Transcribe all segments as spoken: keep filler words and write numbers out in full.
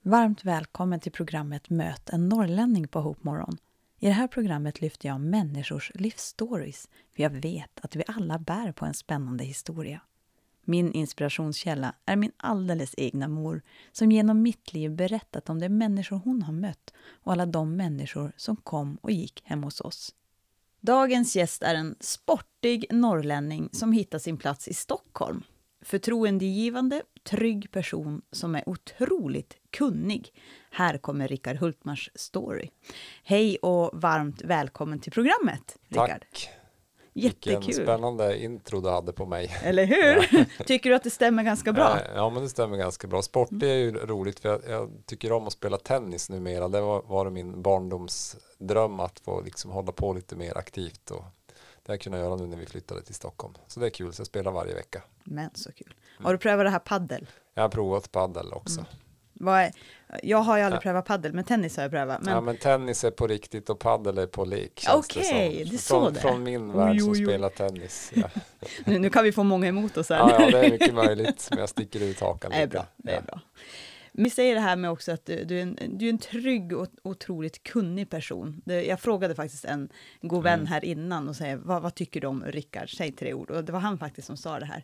Varmt välkommen till programmet Möt en norrlänning på Hope Morgon. I det här programmet lyfter jag människors livsstories, för jag vet att vi alla bär på en spännande historia. Min inspirationskälla är min alldeles egna mor, som genom mitt liv berättat om de människor hon har mött och alla de människor som kom och gick hem hos oss. Dagens gäst är en sportig norrlänning som hittar sin plats i Stockholm. Förtroendegivande, trygg person som är otroligt kunnig. Här kommer Rickard Hultmars story. Hej och varmt välkommen till programmet, Rickard. Tack. Jättekul. Vilken spännande intro du hade på mig. Eller hur? Ja. Tycker du att det stämmer ganska bra? Ja, men det stämmer ganska bra. Sport är ju roligt, för jag, jag tycker om att spela tennis numera. Det var, var min barndomsdröm att få liksom hålla på lite mer aktivt, och det har jag kunnat göra nu när vi flyttade till Stockholm. Så det är kul, så jag spelar varje vecka. Men så kul. Har du prövat det här paddel? Jag har provat paddel också. Mm. Vad är, jag har ju aldrig ja. prövat paddel, men tennis har jag prövat. Men... Ja, men tennis är på riktigt och paddel är på lek. Okej, okay, det, det är så från, det. Från min värld oj, oj, oj. som spelar tennis. Ja. nu, nu kan vi få många emot oss här. Ja, ja, det är mycket möjligt, men jag sticker ut hakan. Det är bra, det är ja. bra. Vi säger det här med också att du, du, är, en, du är en trygg och otroligt kunnig person. Det, jag frågade faktiskt en god vän mm. här innan och säger, vad, vad tycker du om Rickard? Säg tre ord. Och det var han faktiskt som sa det här.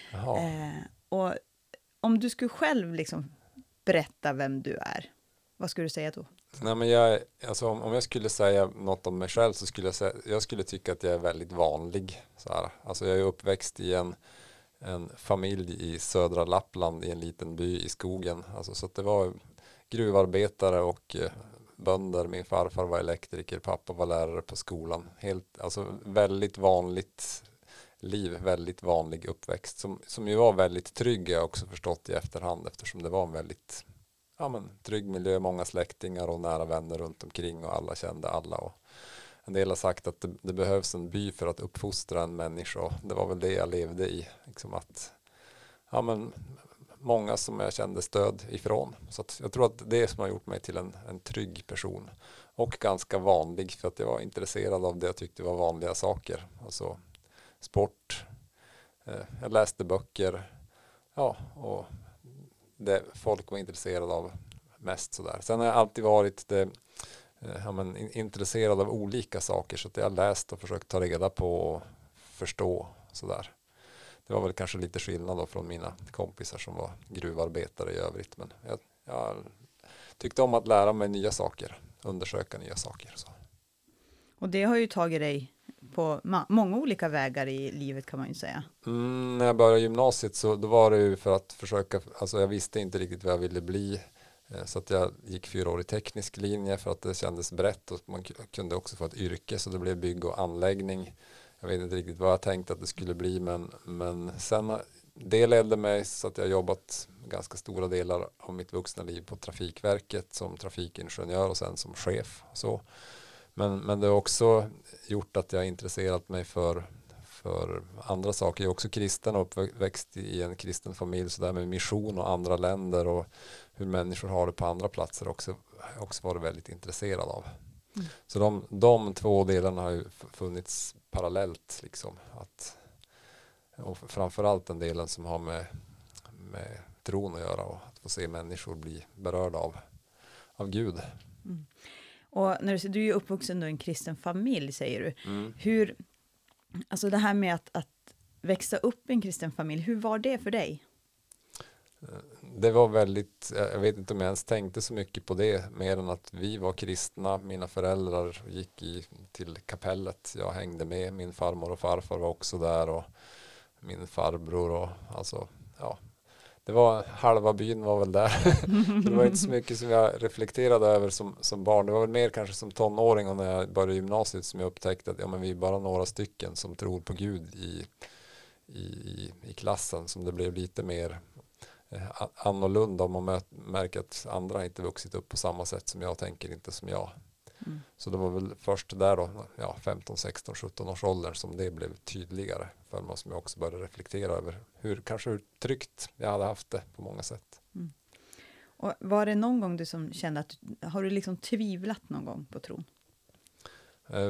Eh, och om du skulle själv liksom berätta vem du är, vad skulle du säga då? Nej, men jag, alltså, om jag skulle säga något om mig själv så skulle jag säga, jag skulle tycka att jag är väldigt vanlig. Så här. Alltså jag är uppväxt i en en familj i södra Lappland i en liten by i skogen. Alltså, så att det var gruvarbetare och eh, bönder. Min farfar var elektriker, pappa var lärare på skolan. Helt, alltså väldigt vanligt liv, väldigt vanlig uppväxt. Som, som ju var väldigt trygg, jag har också förstått i efterhand, eftersom det var en väldigt ja, men, trygg miljö, många släktingar och nära vänner runt omkring och alla kände alla. Och en del har sagt att det, det behövs en by för att uppfostra en människa, och det var väl det jag levde i. Liksom att, ja, men, många som jag kände stöd ifrån. Så att jag tror att det är det som har gjort mig till en, en trygg person. Och ganska vanlig, för att jag var intresserad av det jag tyckte var vanliga saker. Alltså sport, eh, jag läste böcker, ja, och det folk var intresserade av mest sådär. Sen har jag alltid varit det Ja, men, intresserad av olika saker, så att jag har läst och försökt ta reda på och förstå sådär. Det var väl kanske lite skillnad då från mina kompisar som var gruvarbetare i övrigt, men jag, jag tyckte om att lära mig nya saker, undersöka nya saker. Så. Och det har ju tagit dig på ma- många olika vägar i livet, kan man ju säga. Mm, när jag började gymnasiet så då var det ju för att försöka, alltså jag visste inte riktigt vad jag ville bli. Så att jag gick fyra år i teknisk linje för att det kändes brett, och man kunde också få ett yrke, så det blev bygg och anläggning. Jag vet inte riktigt vad jag tänkte att det skulle bli, men, men sen det ledde mig så att jag jobbat ganska stora delar av mitt vuxna liv på Trafikverket som trafikingenjör och sen som chef. Så. Men, men det har också gjort att jag har intresserat mig för för andra saker. Jag är också kristen och uppväxt i en kristen familj, så där med mission och andra länder och hur människor har det på andra platser också, också varit väldigt intresserad av. Mm. Så de, de två delarna har ju funnits parallellt liksom, att, och framförallt den delen som har med, med tron att göra och att få se människor bli berörda av, av Gud. Mm. Och när du, du är ju uppvuxen i en kristen familj, säger du. Mm. Hur Alltså det här med att, att växa upp i en kristen familj, hur var det för dig? Det var väldigt, jag vet inte om jag ens tänkte så mycket på det, mer än att vi var kristna. Mina föräldrar gick i, till kapellet, jag hängde med, min farmor och farfar var också där, och min farbror, och alltså, ja. Det var, halva byn var väl där. Det var inte så mycket som jag reflekterade över som, som barn. Det var väl mer kanske som tonåring, och när jag började gymnasiet som jag upptäckte att ja, men vi är bara några stycken som tror på Gud i, i, i klassen, som det blev lite mer eh, annorlunda, om man möt, märker att andra inte vuxit upp på samma sätt som jag, tänker inte som jag. Mm. Så det var väl först där då, ja, femton, sexton, sjutton års ålder som det blev tydligare för mig, som jag också började reflektera över hur, kanske hur tryggt jag hade haft det på många sätt. Mm. Och var det någon gång du som kände att, har du liksom tvivlat någon gång på tron? Uh,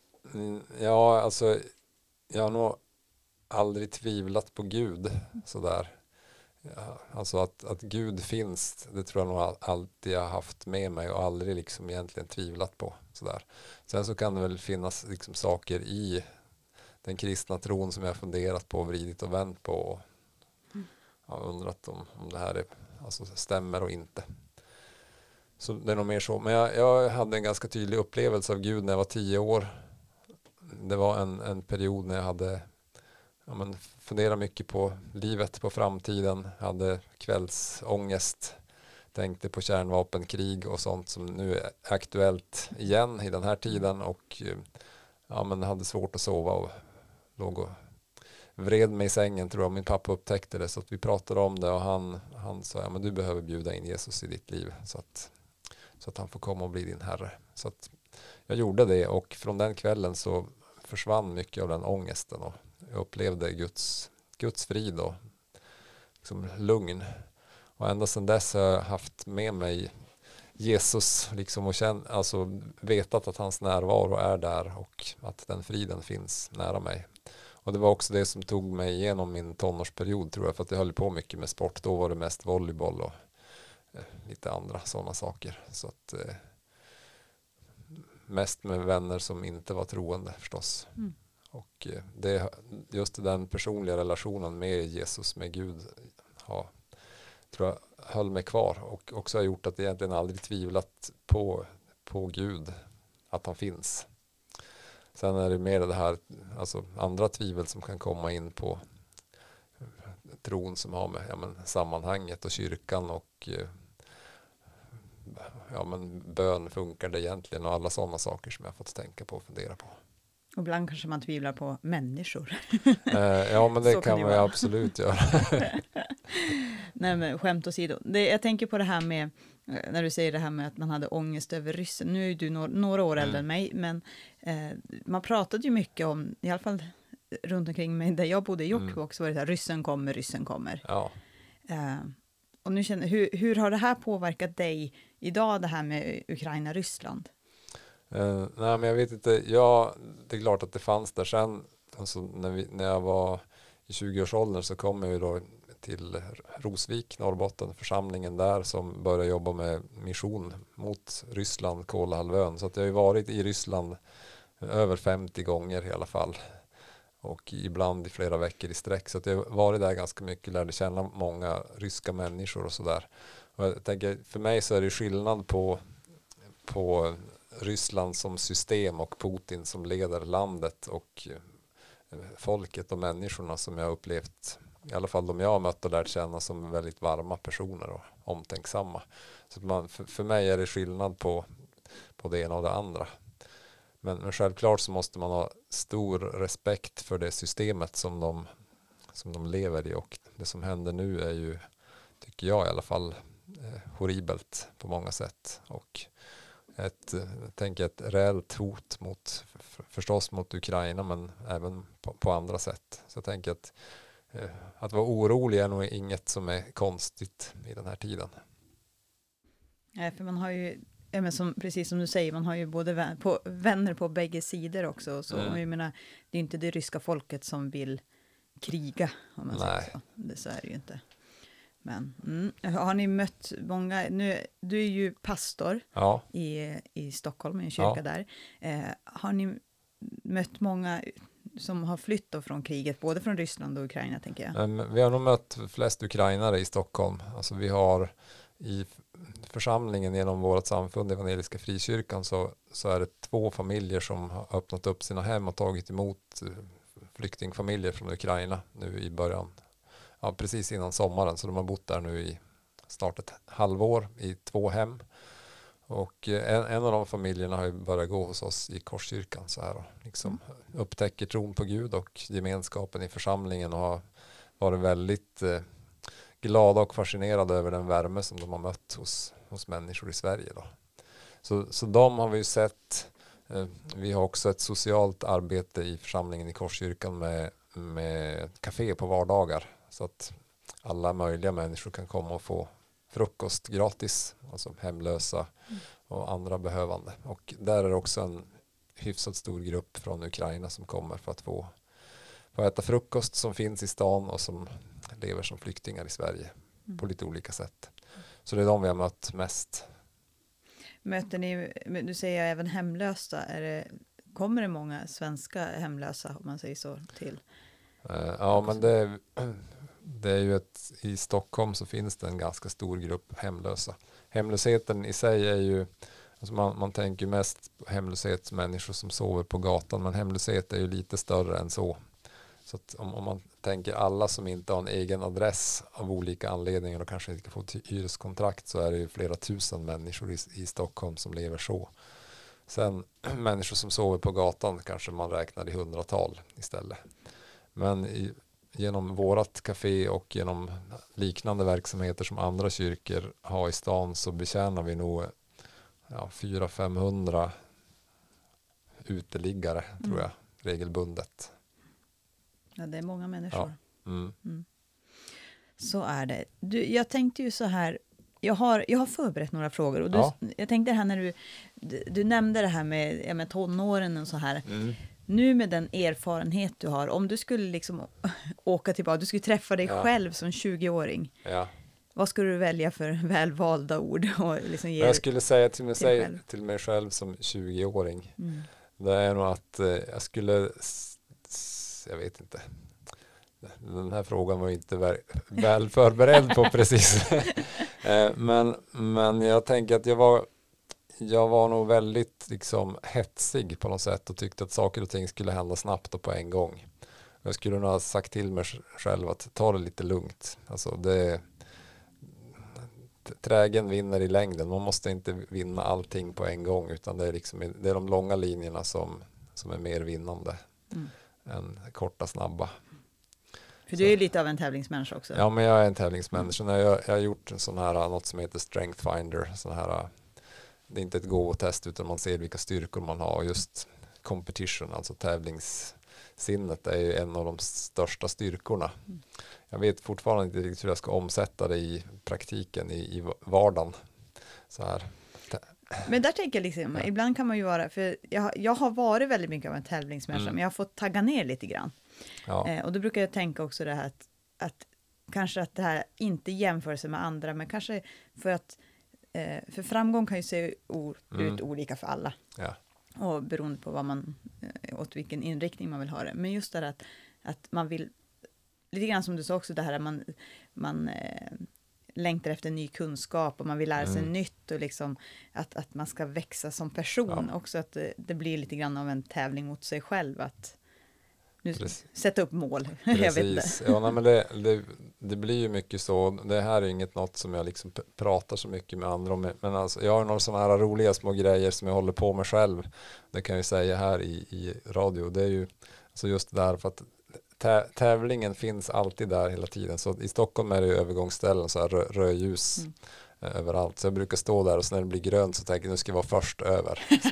ja, alltså jag har nog aldrig tvivlat på Gud sådär. ja, alltså att, att Gud finns, det tror jag nog alltid jag har haft med mig och aldrig liksom egentligen tvivlat på. Sådär. Sen så kan det väl finnas liksom saker i den kristna tron som jag har funderat på, vridit och vänt på och har undrat om, om det här är, alltså, stämmer och inte. Så det är nog mer så. Men jag, jag hade en ganska tydlig upplevelse av Gud när jag var tio år. Det var en, en period när jag hade ja, men, funderat mycket på livet, på framtiden. Hade kvällsångest. Tänkte på kärnvapenkrig och sånt som nu är aktuellt igen i den här tiden. Och ja, men hade svårt att sova och låg och vred mig i sängen, tror jag. Min pappa upptäckte det, så att vi pratade om det och han, han sa, ja men du behöver bjuda in Jesus i ditt liv så att, så att han får komma och bli din herre. Så att jag gjorde det, och från den kvällen så försvann mycket av den ångesten och jag upplevde Guds, Guds frid och liksom lugn. Och ända sedan dess har jag haft med mig Jesus liksom och känn, alltså vetat att hans närvaro är där och att den friden finns nära mig. Och det var också det som tog mig igenom min tonårsperiod, tror jag, för att jag höll på mycket med sport. Då var det mest volleyboll och eh, lite andra sådana saker. Så att eh, mest med vänner som inte var troende förstås. Mm. Och eh, det, just den personliga relationen med Jesus, med Gud, ja, tror jag höll mig kvar och också har gjort att jag egentligen aldrig tvivlat på, på Gud, att han finns. Sen är det mer det här, alltså andra tvivel som kan komma in på tron som har med ja, men, sammanhanget och kyrkan och ja, men, bön, funkar det egentligen, och alla sådana saker som jag har fått tänka på och fundera på. Och ibland kanske man tvivlar på människor. Eh, ja, men det kan, kan det man ju absolut göra. Nej, men skämt åsido. Det, jag tänker på det här med, när du säger det här med att man hade ångest över ryssen. Nu är du no- några år äldre mm. än mig, men eh, man pratade ju mycket om, i alla fall runt omkring mig där jag bodde i Jokkmokk, så var det så här, ryssen kommer, ryssen kommer. Ja. Eh, och nu känner, hur, hur har det här påverkat dig idag, det här med Ukraina-Ryssland? Uh, nej, men jag vet inte. Ja, det är klart att det fanns där. Sen, alltså, när, vi, när jag var i tjugoårsåldern så kom jag ju då till Rosvik, Norrbotten, församlingen där som började jobba med mission mot Ryssland, Kolahalvön. Så att jag har ju varit i Ryssland över femtio gånger i alla fall. Och ibland i flera veckor i sträck. Så att jag har varit där ganska mycket, lärde känna många ryska människor och sådär. Och jag tänker, för mig så är det skillnad på, på Ryssland som system och Putin som leder landet och folket och människorna som jag har upplevt, i alla fall de jag har mött och lärt känna, som väldigt varma personer och omtänksamma. Så att man, för, för mig är det skillnad på, på det ena och det andra. Men, men självklart så måste man ha stor respekt för det systemet som de, som de lever i, och det som händer nu är ju, tycker jag i alla fall, eh, horribelt på många sätt. Och ett, jag tänker ett reellt hot mot, förstås mot Ukraina, men även på, på andra sätt. Så jag tänker att eh, att vara orolig är nog inget som är konstigt i den här tiden. Nej, för man har ju, ja, men som, precis som du säger, man har ju både vän, på, vänner på bägge sidor också. Så, mm. och jag menar, det är inte det ryska folket som vill kriga, om man Nej. säger så. Det, så är det ju inte. Men mm, har ni mött många, nu, du är ju pastor ja. i, i Stockholm, i en kyrka ja. där. Eh, har ni mött många som har flytt då från kriget, både från Ryssland och Ukraina, tänker jag? Um, vi har nog mött flest ukrainare i Stockholm. Alltså vi har i församlingen genom vårt samfund, Evangeliska Frikyrkan, så, så är det två familjer som har öppnat upp sina hem och tagit emot flyktingfamiljer från Ukraina nu i början. Ja, precis innan sommaren, så de har bott där nu i snart ett halvår i två hem. Och en, en av de familjerna har ju börjat gå hos oss i Korskyrkan så här och liksom mm. upptäcker tron på Gud och gemenskapen i församlingen och har varit väldigt eh, glada och fascinerade över den värme som de har mött hos, hos människor i Sverige då. Så, så de har vi ju sett. Eh, vi har också ett socialt arbete i församlingen i Korskyrkan med, med café på vardagar. Så att alla möjliga människor kan komma och få frukost gratis, alltså hemlösa mm. och andra behövande. Och där är det också en hyfsat stor grupp från Ukraina som kommer för att få, få äta frukost som finns i stan och som lever som flyktingar i Sverige Mm. på lite olika sätt. Så det är de vi har mött mest. Möter ni, du säger även hemlösa, är det, kommer det många svenska hemlösa om man säger så till? Uh, ja, men det, det är ju ett, i Stockholm så finns det en ganska stor grupp hemlösa. Hemlösheten i sig är ju, alltså man, man tänker mest på hemlöshet, människor som sover på gatan, men hemlöshet är ju lite större än så. Så att om, om man tänker alla som inte har en egen adress av olika anledningar och kanske inte får ett hyreskontrakt, så är det ju flera tusen människor i, i Stockholm som lever så. Sen människor som sover på gatan kanske man räknar i hundratal istället. Men i, genom vårat café och genom liknande verksamheter som andra kyrkor har i stan så betjänar vi nog ja, fyra till femhundra uteliggare mm. tror jag regelbundet. Ja, det är många människor. Ja. Mm. Mm. Så är det. Du, jag tänkte ju så här, jag har, jag har förberett några frågor. Och du, ja. Jag tänkte här när du, du, du nämnde det här med, ja, med tonåren och så här. Mm. Nu med den erfarenhet du har, om du skulle liksom åka tillbaka, du skulle träffa dig ja. själv som tjugoåring. Ja. Vad skulle du välja för välvalda ord? Och liksom ge jag skulle säga till mig, till, säg, själv. till mig själv som tjugoåring. Mm. Det är nog att eh, jag skulle, s, jag vet inte. Den här frågan var inte väl, väl förberedd på precis. eh, men, men jag tänker att jag var Jag var nog väldigt liksom hetsig på något sätt och tyckte att saker och ting skulle hända snabbt och på en gång. Jag skulle nog ha sagt till mig själv att ta det lite lugnt. Alltså det, trägen vinner i längden. Man måste inte vinna allting på en gång, utan det är, liksom, det är de långa linjerna som, som är mer vinnande mm. än korta, snabba. För du är ju lite av en tävlingsmänniska också. Ja, men jag är en tävlingsmänniska. Mm. Jag, jag har gjort en sån här, något som heter Strength Finder, sån här. Det är inte ett gåvotest utan man ser vilka styrkor man har. Just competition, alltså tävlingssinnet, är ju en av de största styrkorna. Mm. Jag vet fortfarande inte riktigt hur jag ska omsätta det i praktiken, i, i vardagen. Så här. Men där tänker jag liksom, ja. Ibland kan man ju vara, för jag, jag har varit väldigt mycket av en tävlingsmänniska, mm. men jag har fått tagga ner lite grann. Ja. Eh, och då brukar jag tänka också det här att, att kanske att det här inte jämför sig med andra, men kanske för att för framgång kan ju se o- mm. ut olika för alla. Ja. Och beroende på vad man, åt vilken inriktning man vill ha det. Men just det här att, att man vill, lite grann som du sa också, det här att man, man eh, längtar efter ny kunskap och man vill lära sig mm. nytt och liksom att, att man ska växa som person. Ja. Också att det, det blir lite grann av en tävling mot sig själv att nu sätta upp mål. Jag vet inte. Ja, nej, men det, det, det blir ju mycket så. Det här är inget något som jag liksom pratar så mycket med andra om. Men alltså, jag har några sådana här roliga små grejer som jag håller på med själv. Det kan jag säga här i, i radio. Det är ju alltså just där för att tä, tävlingen finns alltid där hela tiden. Så i Stockholm är det ju övergångsställen, så här rö, rödljus. Mm. Överallt. Så jag brukar stå där och så när det blir grönt så tänker jag nu ska jag vara först över. Så,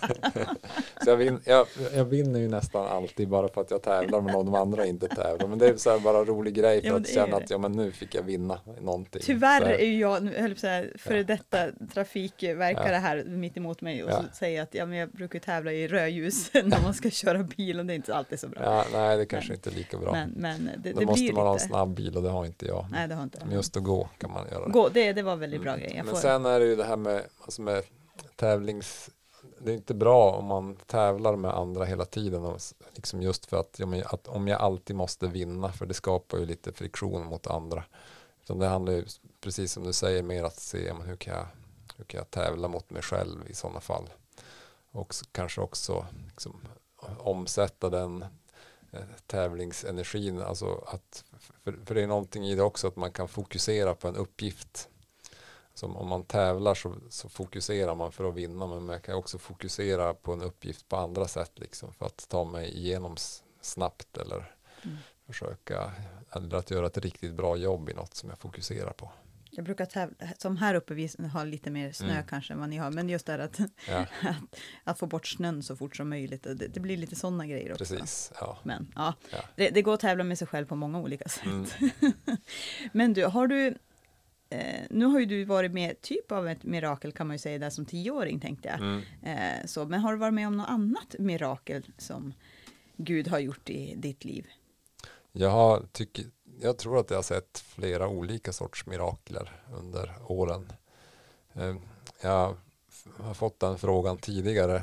så jag, vin, jag, jag vinner ju nästan alltid bara för att jag tävlar med någon de andra inte tävlar. Men det är så här bara en rolig grej för ja, att känna att ja, men nu fick jag vinna någonting. Tyvärr är ju jag, nu höll jag på att säga, före detta trafikverkare ja. här mitt emot mig och ja. så säger att ja, men jag brukar tävla i rödljus när man ska köra bil och det är inte alltid så bra. Ja, nej, det kanske men, inte är lika bra. Men, men det, Då det måste blir man lite... ha en snabb bil och det har inte jag. Nej, det har inte jag. Men just att gå kan man göra det. Gå, det, det var väldigt bra grej. Jag men får... sen är det ju det här med, alltså med tävlings... Det är inte bra om man tävlar med andra hela tiden. Och liksom just för att, ja, att om jag alltid måste vinna, för det skapar ju lite friktion mot andra. Utan det handlar ju, precis som du säger, mer att se men hur, kan jag, hur kan jag tävla mot mig själv i sådana fall. Och så, kanske också liksom, omsätta den eh, tävlingsenergin. Alltså att, för, för det är någonting i det också att man kan fokusera på en uppgift. Som om man tävlar så, så fokuserar man för att vinna, men man kan också fokusera på en uppgift på andra sätt liksom, för att ta mig igenom snabbt eller mm. försöka eller att göra ett riktigt bra jobb i något som jag fokuserar på. Jag brukar tävla, som här uppe vi har lite mer snö mm. kanske än vad ni har, men just det här att, ja. att, att få bort snön så fort som möjligt, det, det blir lite sådana grejer också. Precis, ja. Men ja, ja. Det, det går att tävla med sig själv på många olika sätt. Mm. Men du, har du Eh, nu har ju du varit med typ av ett mirakel kan man ju säga där som tioåring tänkte jag. Mm. Eh, så, men har du varit med om något annat mirakel som Gud har gjort i ditt liv? Jag har, tycker, jag tror att jag har sett flera olika sorts mirakler under åren. Eh, jag har fått den frågan tidigare.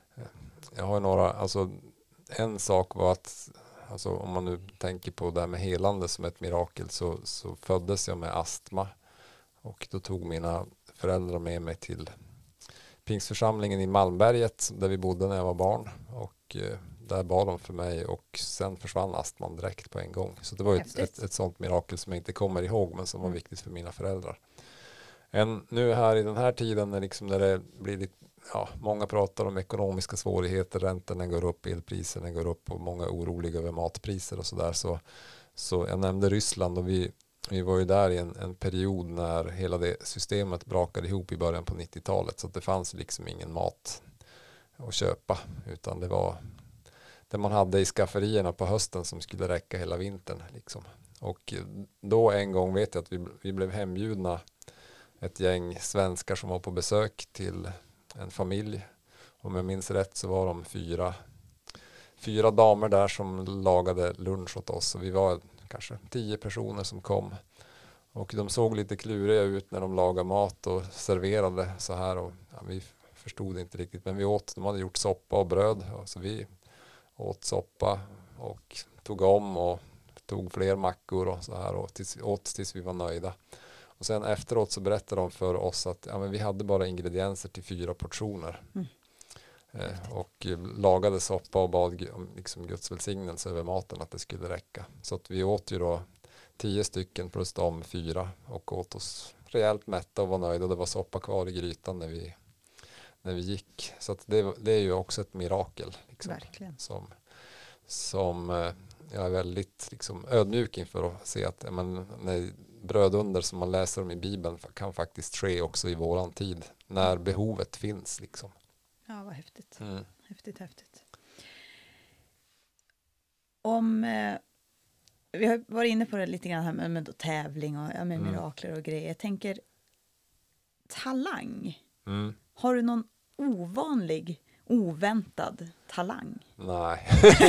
Jag har några, alltså en sak var att, alltså om man nu tänker på det här med helande som ett mirakel, så, så föddes jag med astma. Och då tog mina föräldrar med mig till Pingstförsamlingen i Malmberget där vi bodde när jag var barn. Och eh, där bad de för mig och sen försvann astman direkt på en gång. Så det var ett, ett, ett sånt mirakel som jag inte kommer ihåg men som var viktigt för mina föräldrar. En, nu här i den här tiden när, liksom när det blir lite, ja, många pratar om ekonomiska svårigheter, räntorna går upp, elpriserna går upp och många är oroliga över matpriser och sådär. Så, så jag nämnde Ryssland och vi, vi var ju där i en, en period när hela det systemet brakade ihop i början på nittiotalet. Så att det fanns liksom ingen mat att köpa utan det var det man hade i skafferierna på hösten som skulle räcka hela vintern. Liksom. Och då en gång vet jag att vi, vi blev hembjudna ett gäng svenskar som var på besök till en familj. Om jag minns rätt så var de fyra, fyra damer där som lagade lunch åt oss. Och vi var kanske tio personer som kom. Och de såg lite kluriga ut när de lagade mat och serverade så här. Och, ja, vi förstod inte riktigt men vi åt, de hade gjort soppa och bröd. Och så vi åt soppa och tog om och tog fler mackor och så här och tills, åt tills vi var nöjda. Och sen efteråt så berättade de för oss att ja, men vi hade bara ingredienser till fyra portioner. Mm. Eh, och lagade soppa och bad om liksom Guds välsignelse över maten att det skulle räcka. Så att vi åt ju då tio stycken plus de fyra och åt oss rejält mätta och var nöjda. Det var soppa kvar i grytan när vi, när vi gick. Så att det, det är ju också ett mirakel. Liksom, verkligen. Som, som eh, jag är väldigt liksom, ödmjuk inför att se att ja, men, när brödunder som man läser om i Bibeln kan faktiskt ske också i våran tid när behovet finns. Liksom. Ja, vad häftigt. Mm. Häftigt, häftigt. Om, eh, vi har varit inne på det lite grann här med, med tävling och ja, med Mm. mirakler och grejer. Jag tänker talang. Mm. Har du någon ovanlig, oväntad talang? Nej.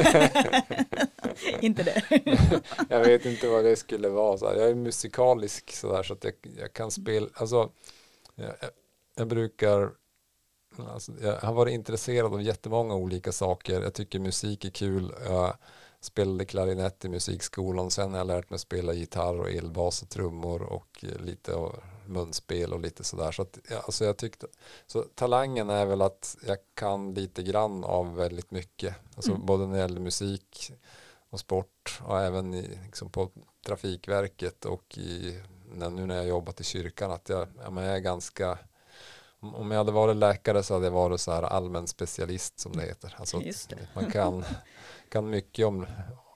Inte det? Jag vet inte vad det skulle vara. Så här. Jag är musikalisk så, där, så att jag, jag kan spela. Alltså, jag, jag brukar... Alltså, jag har varit intresserad av jättemånga olika saker. Jag tycker musik är kul. Jag spelade klarinett i musikskolan. Sen har jag lärt mig spela gitarr och elbas och trummor och lite och munspel och lite sådär. Så att, ja, alltså jag tyckte, så talangen är väl att jag kan lite grann av väldigt mycket. Alltså mm. både när det gäller musik och sport och även i, liksom på Trafikverket och i, när, nu när jag jobbat i kyrkan att jag, ja, men jag är ganska... Om jag hade varit läkare så hade jag varit så här allmän specialist som det heter. Alltså Just det. man kan, kan mycket om,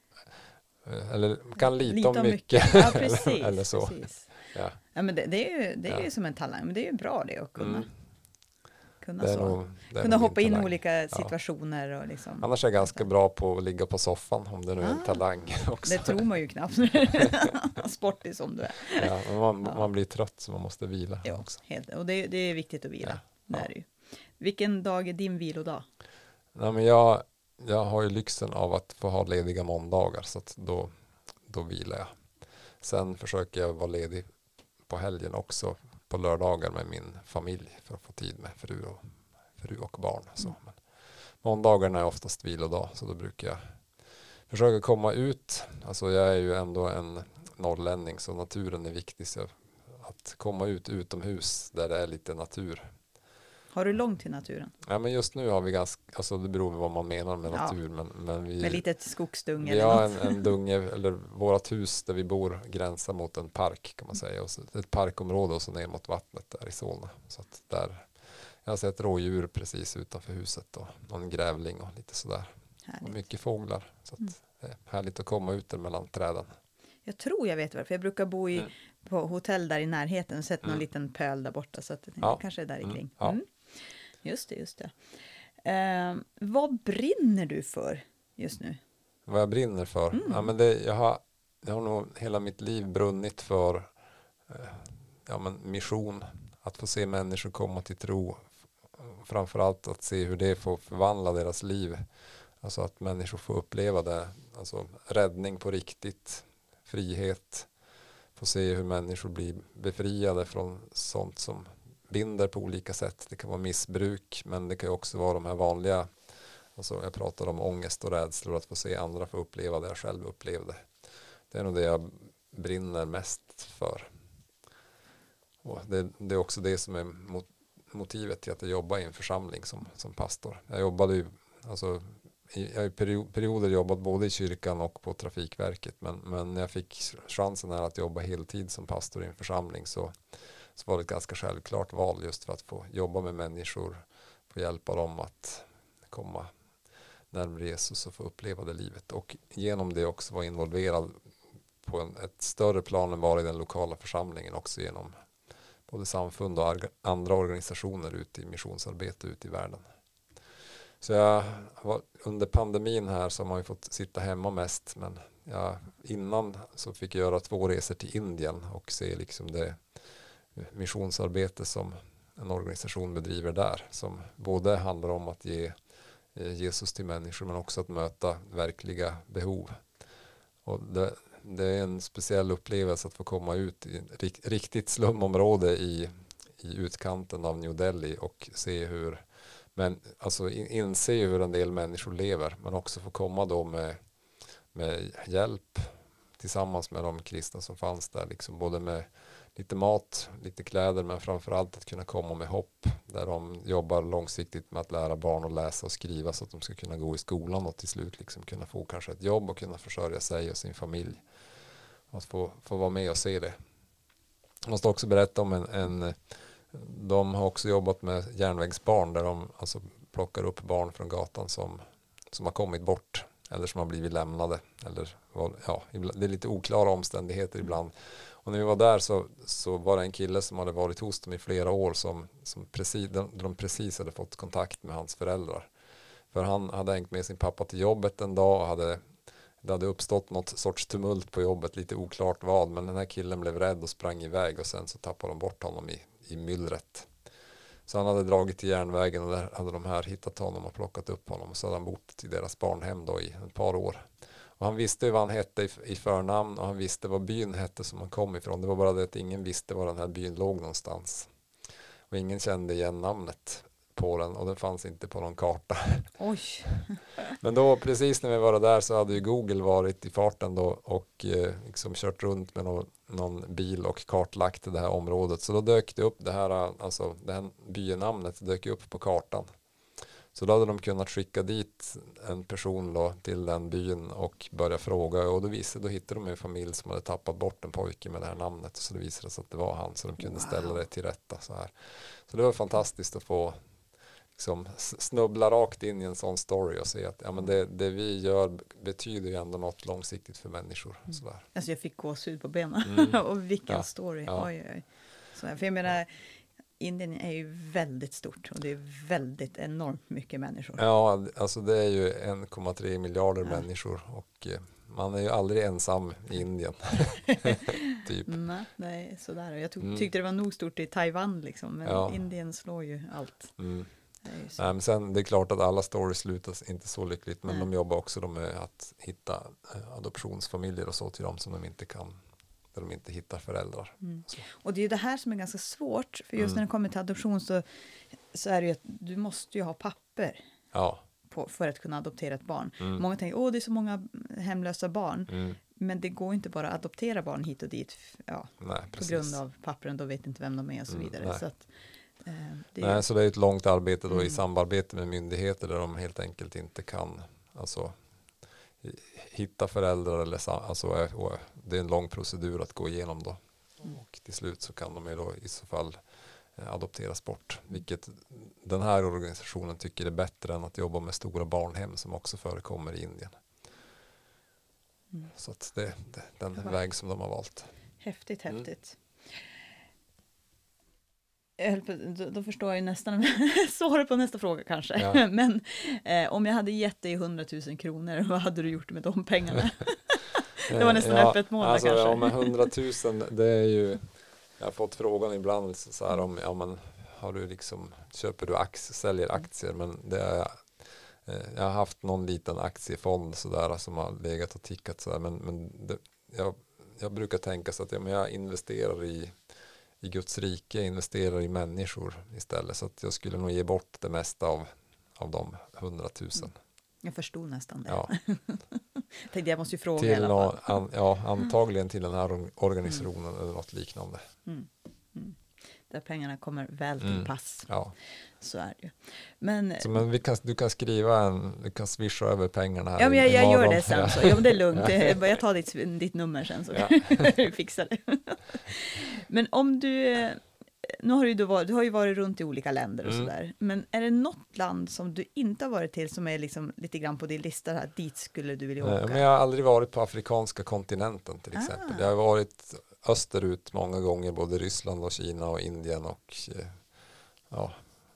eller kan lite, lite om mycket. mycket. Ja, precis. eller så. Precis. Ja. Ja, men det, det är ju, det är Ja. ju som en talang, men det är ju bra det att kunna, Mm. kunna, Det är så. nog, det är kunna nog hoppa min in i talang. olika situationer. Och liksom, Annars är jag ganska bra på att ligga på soffan om det nu är en Ah. talang också. Det tror man ju knappt. Sportig som du är. Ja, men man, Ja. man blir trött så man måste vila Ja, också. helt, och det, det är viktigt att vila. Ja. Det Ja. är det ju. Vilken dag är din vilodag? Nej, men jag, jag har ju lyxen av att få ha lediga måndagar så att då, då vilar jag. Sen försöker jag vara ledig på helgen också på lördagar med min familj för att få tid med fru och, fru och barn. Så. Men måndagarna är oftast vilodag så då brukar jag försöka komma ut. Alltså jag är ju ändå en norrlänning så naturen är viktig. Så att komma ut utomhus där det är lite natur. Har du långt till naturen? Ja, men just nu har vi ganska, alltså det beror på vad man menar med Ja. natur. Men, men vi, Med litet skogsdung vi eller har något? en, en dunge, eller vårt hus där vi bor gränsar mot en park kan man säga. Och så, ett parkområde och så ner mot vattnet där i Solna. Så att där, jag har sett rådjur precis utanför huset och någon grävling och lite sådär. Härligt. Och mycket fåglar. Så att Mm. det är härligt att komma ut där mellan träden. Jag tror jag vet varför. Jag brukar bo i, Mm. på hotell där i närheten och sett någon Mm. liten pöl där borta. Så att det Ja. kanske är där Mm. kring. Ja. Mm. Just det, just det. Eh, vad brinner du för just nu? Vad jag brinner för? Mm. Ja, men det, jag, har, jag har nog hela mitt liv brunnit för eh, ja, men mission. Att få se människor komma till tro. Framförallt att se hur det får förvandla deras liv. Alltså att människor får uppleva det. Alltså räddning på riktigt. frihet. Få se hur människor blir befriade från sånt som binder på olika sätt. Det kan vara missbruk, men det kan också vara de här vanliga, alltså jag pratar om ångest och rädslor, att få se andra få uppleva det jag själv upplevde. Det är nog det jag brinner mest för. Och det, det är också det som är mot, motivet till att jag jobbar i en församling som, som pastor. Jag jobbade ju, alltså jag har i perioder jobbat både i kyrkan och på Trafikverket, men, men när jag fick chansen här att jobba heltid som pastor i en församling så, så var det ett ganska självklart val, just för att få jobba med människor, få hjälpa dem att komma närmare Jesus och få uppleva det livet, och genom det också vara involverad på en, ett större plan än bara i den lokala församlingen, också genom både samfund och andra organisationer ute i missionsarbete ute i världen. Så jag var, under pandemin här så har man ju fått sitta hemma mest, men jag, innan så fick jag göra två resor till Indien och se liksom det missionsarbete som en organisation bedriver där, som både handlar om att ge Jesus till människor men också att möta verkliga behov. Och det, det är en speciell upplevelse att få komma ut i ett riktigt slumområde i, i utkanten av New Delhi och se hur, men alltså inse hur en del människor lever, men också få komma då med, med hjälp tillsammans med de kristna som fanns där, liksom både med lite mat, lite kläder, men framförallt att kunna komma med hopp, där de jobbar långsiktigt med att lära barn att läsa och skriva så att de ska kunna gå i skolan och till slut liksom kunna få kanske ett jobb och kunna försörja sig och sin familj. Att få, få vara med och se det. Jag måste också berätta om en, en de har också jobbat med järnvägsbarn, där de alltså plockar upp barn från gatan som, som har kommit bort eller som har blivit lämnade, eller ja, det är lite oklara omständigheter ibland. Och när vi var där så, så var det en kille som hade varit hos dem i flera år som, som precis, de, de precis hade fått kontakt med hans föräldrar. För han hade hängt med sin pappa till jobbet en dag och hade, det hade uppstått något sorts tumult på jobbet, lite oklart vad, men den här killen blev rädd och sprang iväg och sen så tappade de bort honom i, i myllret. Så han hade dragit till järnvägen och där hade de här hittat honom och plockat upp honom, och så hade han bott i deras barnhem då i ett par år. Och han visste vad han hette i, i förnamn och han visste vad byn hette som han kom ifrån. Det var bara det att ingen visste var den här byn låg någonstans. Och ingen kände igen namnet på den och den fanns inte på någon karta. Oj. Men då precis när vi var där så hade ju Google varit i farten då och eh, liksom kört runt med någon, någon bil och kartlagt det här området. Så då dök det upp det här, alltså det här bynamnet dök upp på kartan. Så då hade de kunnat skicka dit en person då till den byn och börja fråga. Och då, visade, då hittade de en familj som hade tappat bort en pojke med det här namnet. Så det visade sig att det var han, så de kunde wow. ställa det till rätta. Så, här. Så det var fantastiskt att få liksom, snubbla rakt in i en sån story och se att ja, men det, det vi gör betyder ju ändå något långsiktigt för människor. Så där. Alltså jag fick gåshud på benen. Mm. Och vilken ja. story. Ja. Oj, oj. Så, för jag menar... Indien är ju väldigt stort och det är väldigt enormt mycket människor. Ja, alltså det är ju en komma tre miljarder ja. människor och eh, man är ju aldrig ensam i Indien. typ. Nej, nej, sådär. Jag tog, mm. tyckte det var nog stort i Taiwan liksom, men ja. Indien slår ju allt. Mm. Det är ju så. Nej, men sen det är klart att alla stories slutas inte så lyckligt, men nej. de jobbar också de med att hitta eh, adoptionsfamiljer och så till dem som de inte kan, där de inte hittar föräldrar. Mm. Och det är ju det här som är ganska svårt, för just mm. när det kommer till adoption så, så är det ju att du måste ju ha papper ja. på, för att kunna adoptera ett barn. Mm. Många tänker, åh det är så många hemlösa barn. Mm. Men det går inte bara att adoptera barn hit och dit ja, nej, på grund av pappren, då vet inte vem de är och så mm, vidare. nej. Så, att, eh, det nej, är... så det är ett långt arbete då mm. i samarbete med myndigheter där de helt enkelt inte kan alltså hitta föräldrar eller alltså, det är en lång procedur att gå igenom då. Mm. Och till slut så kan de ju då i så fall eh, adopteras bort. Vilket den här organisationen tycker är bättre än att jobba med stora barnhem som också förekommer i Indien. Mm. Så att det är den wow. väg som de har valt. Häftigt, häftigt. Mm. På, då, då förstår jag ju nästan svaret på nästa fråga kanske. Ja. Men eh, om jag hade gett dig hundratusen kronor, vad hade du gjort med de pengarna? Det var nästan ja, öppet mål alltså, kanske. Ja, men hundratusen, det är ju, jag har fått frågan ibland så här om, ja men har du liksom, köper du aktier, säljer aktier, men det är, eh, jag har haft någon liten aktiefond sådär som har legat och tickat sådär, men, men det, jag jag brukar tänka så att ja, men jag investerar i, i Guds rike, investerar i människor istället. Så att jag skulle nog ge bort det mesta av, av de hundratusen. Jag förstod nästan det. Ja. Tänkte jag måste ju fråga till i alla fall. Nå, an, ja, antagligen till den här organisationen mm. eller något liknande. Mm. Mm. Där pengarna kommer väl till Mm. pass. Ja. Så är det ju. Men, så, men vi kan, du kan skriva en, du kan swisha över pengarna här. Ja, men jag, jag gör det sen. Ja. Så. Ja, men det är lugnt. Det, jag tar ditt, ditt nummer sen så Ja. du fixar det. Men om du, nu har du, ju varit, du har ju varit runt i olika länder och Mm. sådär. Men är det något land som du inte har varit till som är liksom lite grann på din lista här? Dit skulle du vilja åka? Nej, men jag har aldrig varit på afrikanska kontinenten till exempel. Ah. Jag har varit österut många gånger, både Ryssland och Kina och Indien och ja,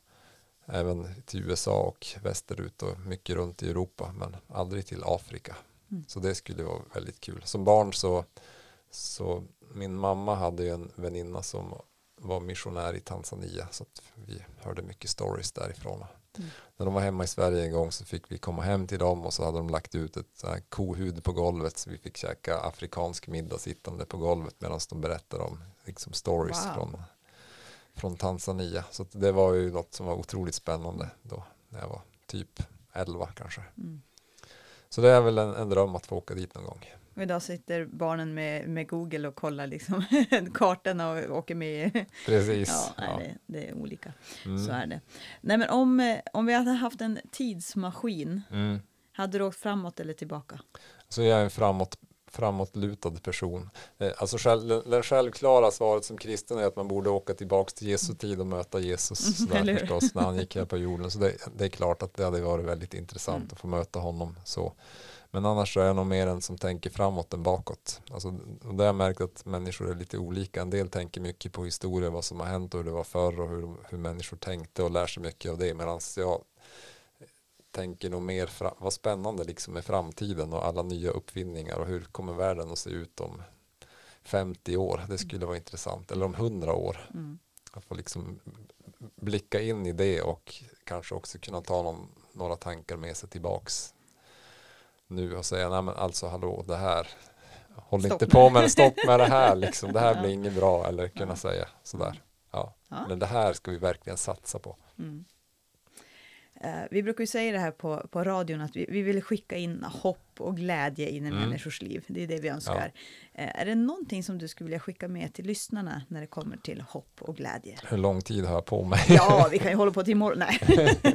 även till U S A och västerut och mycket runt i Europa, men aldrig till Afrika. Mm. Så det skulle vara väldigt kul. Som barn så, så min mamma hade ju en väninna som var missionär i Tanzania, så att vi hörde mycket stories därifrån. Mm. När de var hemma i Sverige en gång så fick vi komma hem till dem och så hade de lagt ut ett så här kohud på golvet, så vi fick käka afrikansk middag sittande på golvet medan de berättade om liksom stories wow. från, från Tanzania. Så att det var ju något som var otroligt spännande då när jag var typ elva kanske. Mm. Så det är väl en, en dröm att få åka dit någon gång. Och idag sitter barnen med, med Google och kollar liksom kartorna och åker med. Precis. Ja, nej, ja. Det, det är olika. Mm. Så är det. Nej, men om, om vi hade haft en tidsmaskin, mm. hade du åkt framåt eller tillbaka? Så jag är en framåt, framåtlutad person. Alltså själv, det självklara svaret som kristen är att man borde åka tillbaka till Jesu tid och möta Jesus sådär, förstås, när han gick här på jorden. Så det, det är klart att det hade varit väldigt intressant mm. att få möta honom så. Men annars är jag nog mer en som tänker framåt än bakåt. Alltså, och där har jag märkt att människor är lite olika. En del tänker mycket på historia, vad som har hänt och hur det var förr och hur, hur människor tänkte och lär sig mycket av det. Medan jag tänker nog mer fra, vad spännande liksom med framtiden och alla nya uppfinningar och hur kommer världen att se ut om femtio år. Det skulle vara intressant. Eller om hundra år. Mm. Att få liksom blicka in i det och kanske också kunna ta någon, några tankar med sig tillbaks nu och säga, nej men alltså hallå, det här, håll stopp inte på med, stopp med det här liksom, det här blir inget bra, eller kunna ja. säga sådär. Ja. Ja. Men det här ska vi verkligen satsa på. Mm. Uh, vi brukar ju säga det här på, på radion, att vi, vi vill skicka in hopp och glädje in i mm. människors liv. Det är det vi önskar. Ja. Uh, är det någonting som du skulle vilja skicka med till lyssnarna när det kommer till hopp och glädje? Hur lång tid har jag på mig? Ja, vi kan ju hålla på till imorgon. Nej.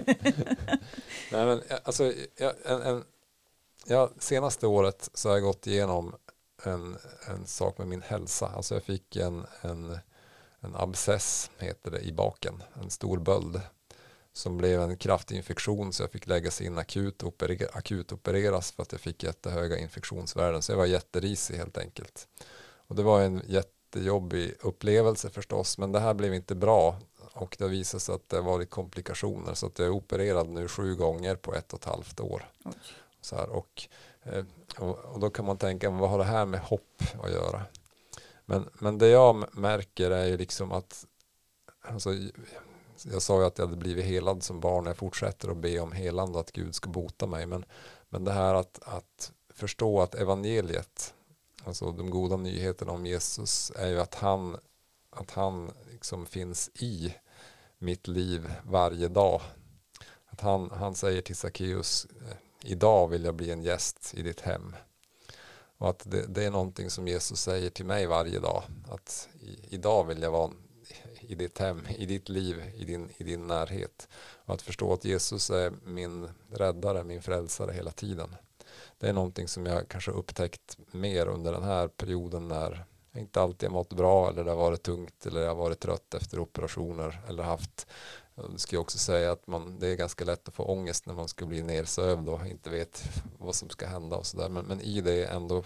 Nej, men alltså, jag, en, en Ja, senaste året så har jag gått igenom en, en sak med min hälsa. Alltså jag fick en, en, en abscess, heter det, i baken. En stor böld som blev en kraftig infektion, så jag fick läggas in akut, operer, akut opereras för att jag fick jättehöga infektionsvärden. Så jag var jätterisig helt enkelt. Och det var en jättejobbig upplevelse förstås, men det här blev inte bra. Och det visade sig att det var komplikationer, så att jag är opererad nu sju gånger på ett och ett halvt år. Oj. Så här, och, och, och då kan man tänka, vad har det här med hopp att göra? Men, men det jag märker är ju liksom att, alltså, jag sa ju att jag hade blivit helad som barn, jag fortsätter att be om helande, att Gud ska bota mig. Men, men det här att, att förstå att evangeliet, alltså de goda nyheterna om Jesus, är ju att han, att han liksom finns i mitt liv varje dag. Att han, han säger till Zacchaeus, idag vill jag bli en gäst i ditt hem. Och att det, det är någonting som Jesus säger till mig varje dag. Att i, idag vill jag vara i ditt hem, i ditt liv, i din, i din närhet. Och att förstå att Jesus är min räddare, min frälsare hela tiden. Det är någonting som jag kanske upptäckt mer under den här perioden när jag inte alltid har mått bra, eller det har varit tungt, eller jag har varit trött efter operationer, eller haft. Jag ska också säga att man, det är ganska lätt att få ångest när man ska bli nersövd och inte vet vad som ska hända och sådär. Men, men i det ändå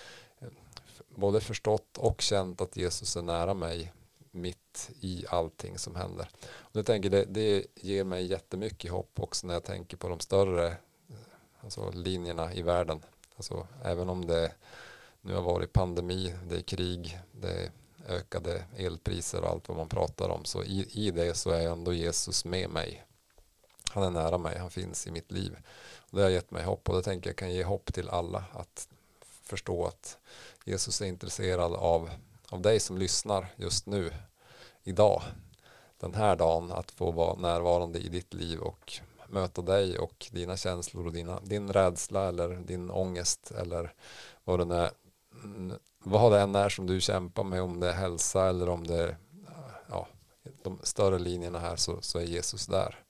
både förstått och känt att Jesus är nära mig mitt i allting som händer. Och jag tänker det, det ger mig jättemycket hopp också när jag tänker på de större alltså linjerna i världen. Alltså även om det nu har varit pandemi, det är krig, det är ökade elpriser och allt vad man pratar om, så i, i det så är ändå Jesus med mig. Han är nära mig, han finns i mitt liv. Och det har gett mig hopp, och det tänker jag kan ge hopp till alla, att förstå att Jesus är intresserad av, av dig som lyssnar just nu, idag, den här dagen, att få vara närvarande i ditt liv och möta dig och dina känslor och dina, din rädsla eller din ångest eller vad det är, vad det än är som du kämpar med, om det är hälsa eller om det är ja, de större linjerna här, så, så är Jesus där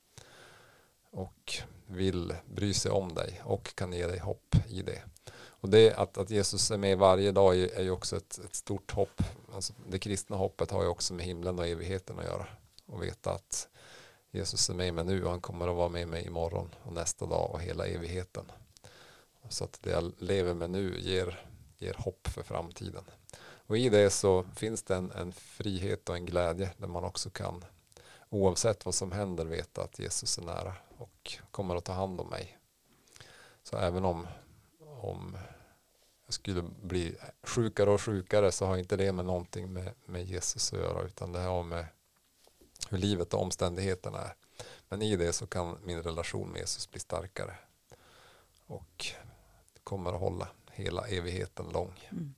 och vill bry sig om dig och kan ge dig hopp i det. Och det att, att Jesus är med varje dag är, är ju också ett, ett stort hopp. Alltså det kristna hoppet har ju också med himlen och evigheten att göra. Och veta att Jesus är med mig nu och han kommer att vara med mig imorgon och nästa dag och hela evigheten. Så att det jag lever med nu ger, ger hopp för framtiden. Och i det så finns det en, en frihet och en glädje där man också kan, oavsett vad som händer, veta att Jesus är nära och kommer att ta hand om mig. Så även om, om jag skulle bli sjukare och sjukare, så har inte det med någonting med, med Jesus att göra, utan det har med hur livet och omständigheterna är. Men i det så kan min relation med Jesus bli starkare och kommer att hålla hela evigheten lång. Mm.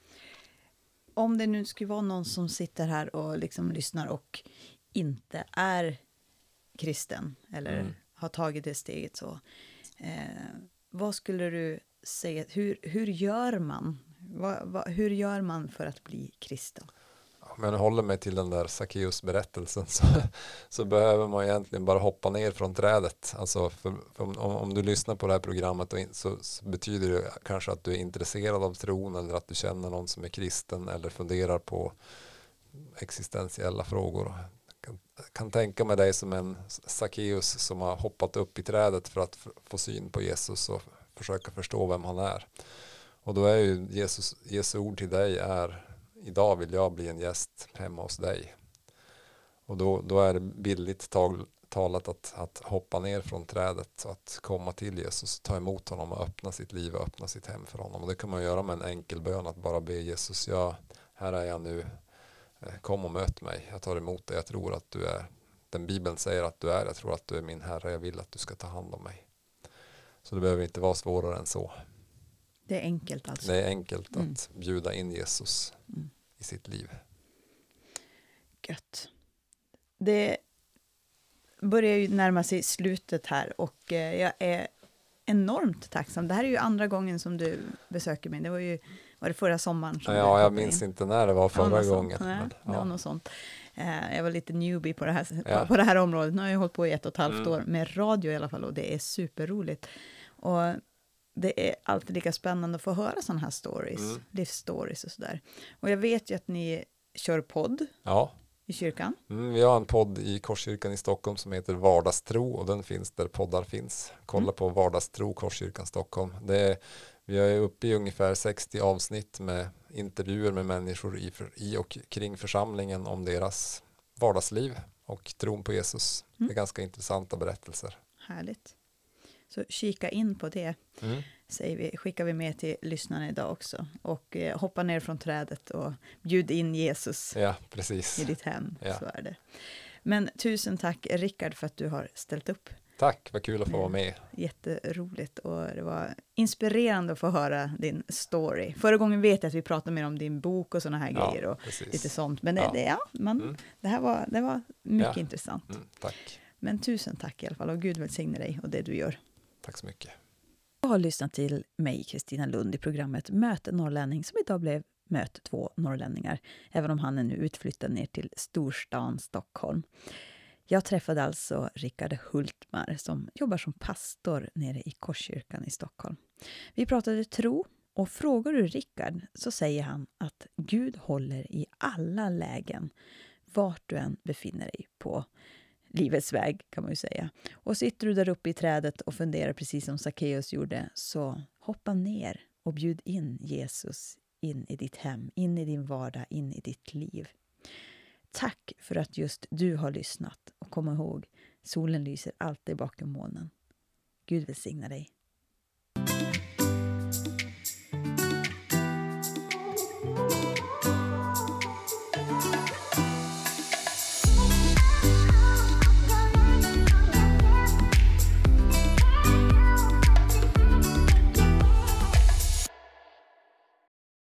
Om det nu skulle vara någon som sitter här och liksom lyssnar och inte är kristen eller mm. har tagit det steget, så eh, vad skulle du säga, hur, hur gör man vad, vad, hur gör man för att bli kristen? Om jag håller mig till den där Sackeus-berättelsen, så, så behöver man egentligen bara hoppa ner från trädet. Alltså för, för om, om du lyssnar på det här programmet och in, så, så betyder det kanske att du är intresserad av tron, eller att du känner någon som är kristen eller funderar på existentiella frågor. Jag kan, kan tänka mig dig som en Sackeus som har hoppat upp i trädet för att f- få syn på Jesus och försöka förstå vem han är. Och då är ju Jesus, Jesu ord till dig är: idag vill jag bli en gäst hemma hos dig. Och då, då är det billigt tal, talat att, att hoppa ner från trädet, att komma till Jesus, ta emot honom och öppna sitt liv och öppna sitt hem för honom. Och det kan man göra med en enkel bön, att bara be Jesus: ja, här är jag nu, kom och möt mig, jag tar emot dig, jag tror att du är den Bibeln säger att du är, jag tror att du är min Herre, jag vill att du ska ta hand om mig. Så det behöver inte vara svårare än så. Det är enkelt alltså. Det är enkelt mm. att bjuda in Jesus mm. i sitt liv. Gött. Det börjar ju närma sig slutet här och jag är enormt tacksam. Det här är ju andra gången som du besöker mig. Det var ju var det förra sommaren. Som ja, jag minns in. inte när det var förra ja, gången. Nej, men, ja. Det var något sånt. Jag var lite newbie på det här, ja. på, på det här området. Nu har jag hållit på i ett och ett halvt mm. år med radio i alla fall, och det är superroligt. Och det är alltid lika spännande att få höra sådana här stories, mm. livsstories och sådär. Och jag vet ju att ni kör podd ja. i kyrkan. Mm, vi har en podd i Korskyrkan i Stockholm som heter Vardagstro, och den finns där poddar finns. Kolla mm. på Vardagstro, Korskyrkan Stockholm. Det är, vi är uppe i ungefär sextio avsnitt med intervjuer med människor i, i och kring församlingen om deras vardagsliv och tron på Jesus. Mm. Det är ganska intressanta berättelser. Härligt. Så kika in på det, mm. säger vi, skickar vi med till lyssnarna idag också. Och eh, hoppa ner från trädet och bjud in Jesus ja, precis. i ditt hem. Ja. Så är det. Men tusen tack Rickard för att du har ställt upp. Tack, vad kul att få vara med. Jätteroligt, och det var inspirerande att få höra din story. Förra gången vet jag att vi pratade mer om din bok och såna här ja, grejer och precis. lite sånt. Men det, ja. Det, ja, man, mm. det här var, det var mycket ja. intressant. Mm, tack. Men tusen tack i alla fall, och Gud välsigne dig och det du gör. Tack så mycket. Jag har lyssnat till mig, Kristina Lund, i programmet Möte Norrlänning, som idag blev Möte två norrlänningar, även om han är nu utflyttad ner till storstan Stockholm. Jag träffade alltså Rickard Hultmar som jobbar som pastor nere i Korskyrkan i Stockholm. Vi pratade tro, och frågar du Rickard så säger han att Gud håller i alla lägen, vart du än befinner dig på livets väg, kan man ju säga. Och sitter du där uppe i trädet och funderar precis som Sackeus gjorde, så hoppa ner och bjud in Jesus in i ditt hem, in i din vardag, in i ditt liv. Tack för att just du har lyssnat, och kom ihåg, solen lyser alltid bakom molnen. Gud välsigna dig.